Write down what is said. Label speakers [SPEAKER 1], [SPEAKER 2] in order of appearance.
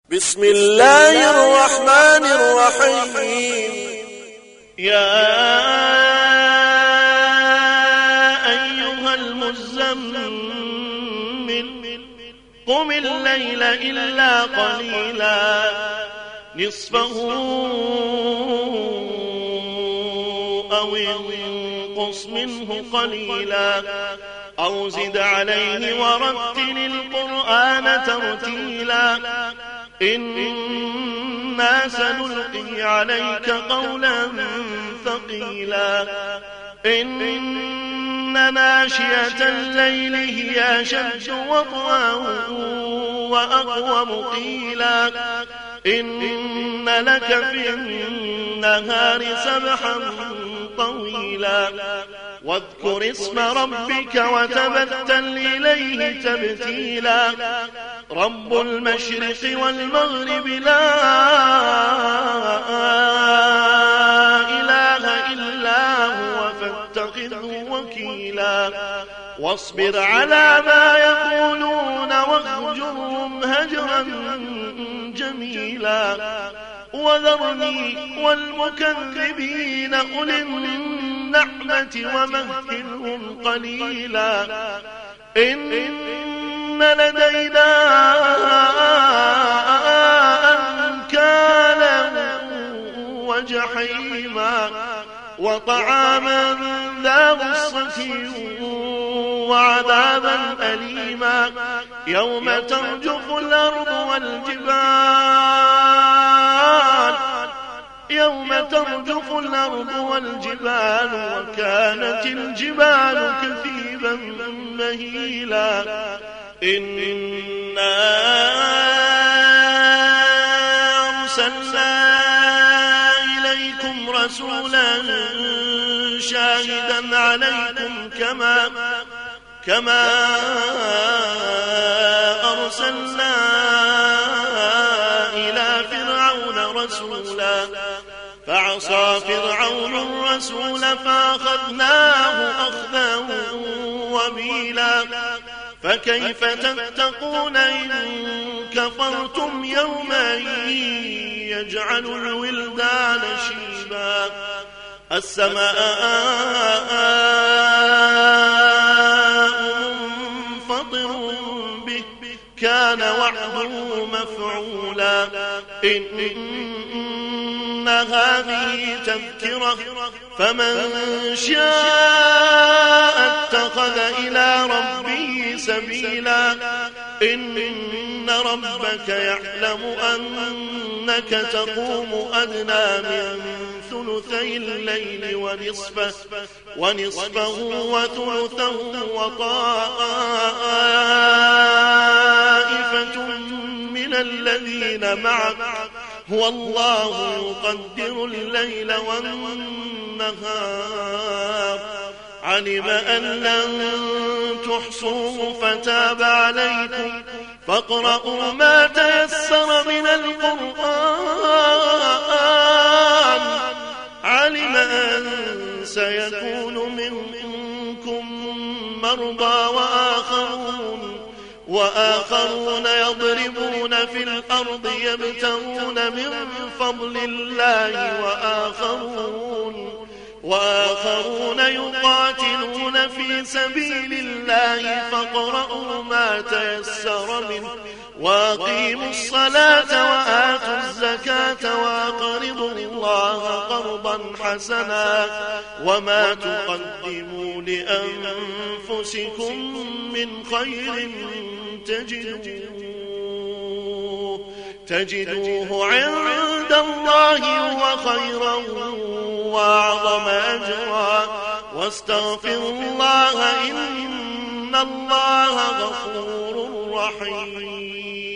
[SPEAKER 1] بسم الله الرحمن الرحيم.
[SPEAKER 2] يا أيها المزمل قم الليل إلا قليلا نصفه أو انقص منه قليلا أو زد عليه ورتل القرآن ترتيلا إنا سنلقي عليك قولا ثقيلا إن ناشئة الليل هي أشد وطئا وأقوم قيلا إن لك في النهار سبحا طويلا واذكر اسم ربك وتبتل إليه تبتيلا رب المشرق والمغرب لا إله إلا هو فاتخذه وكيلا واصبر على ما يقولون واهجرهم هجرا جميلا وذرني والمكذبين أولي النعمة ومهلهم قليلا إن لدينا أنكالا وجحيما وطعاما ذا غصة وعذابا أليما يوم ترجف الأرض والجبال وكانت الجبال كثيبا مهيلا إنا أرسلنا إليكم رسولا شاهدا عليكم كما أرسلنا إلى فرعون رسولا فعصى فرعون الرسول فأخذناه أخذا وبيلا فكيف تتقون إن كفرتم يوما يجعل الولدان شيبا السماء منفطر به كان وعده مفعولا إن هذه تذكرة فمن شاء اتخذ إلى ربه سبيلا إن ربك يعلم أنك تقوم أدنى من ثلثي الليل ونصفه وثلثه وطائفة من الذين معك هو الله يقدر الليل والنهار علم أن لن تحصوه فتاب عليكم فاقرؤوا ما تيسر من القرآن علم أن سيكون منكم مرضى وآخرون يضربون في الأرض يبتغون من فضل الله وآخرون يقاتلون في سبيل الله فاقرؤوا ما تيسر منه وأقيموا الصلاة وآتوا الزكاة وأقرضوا الله قرضا حسنا وما تقدموا لأنفسكم من خير تجدوه عند الله هو خيرا وأعظم أجرا واستغفروا الله إن الله غفور رحيم.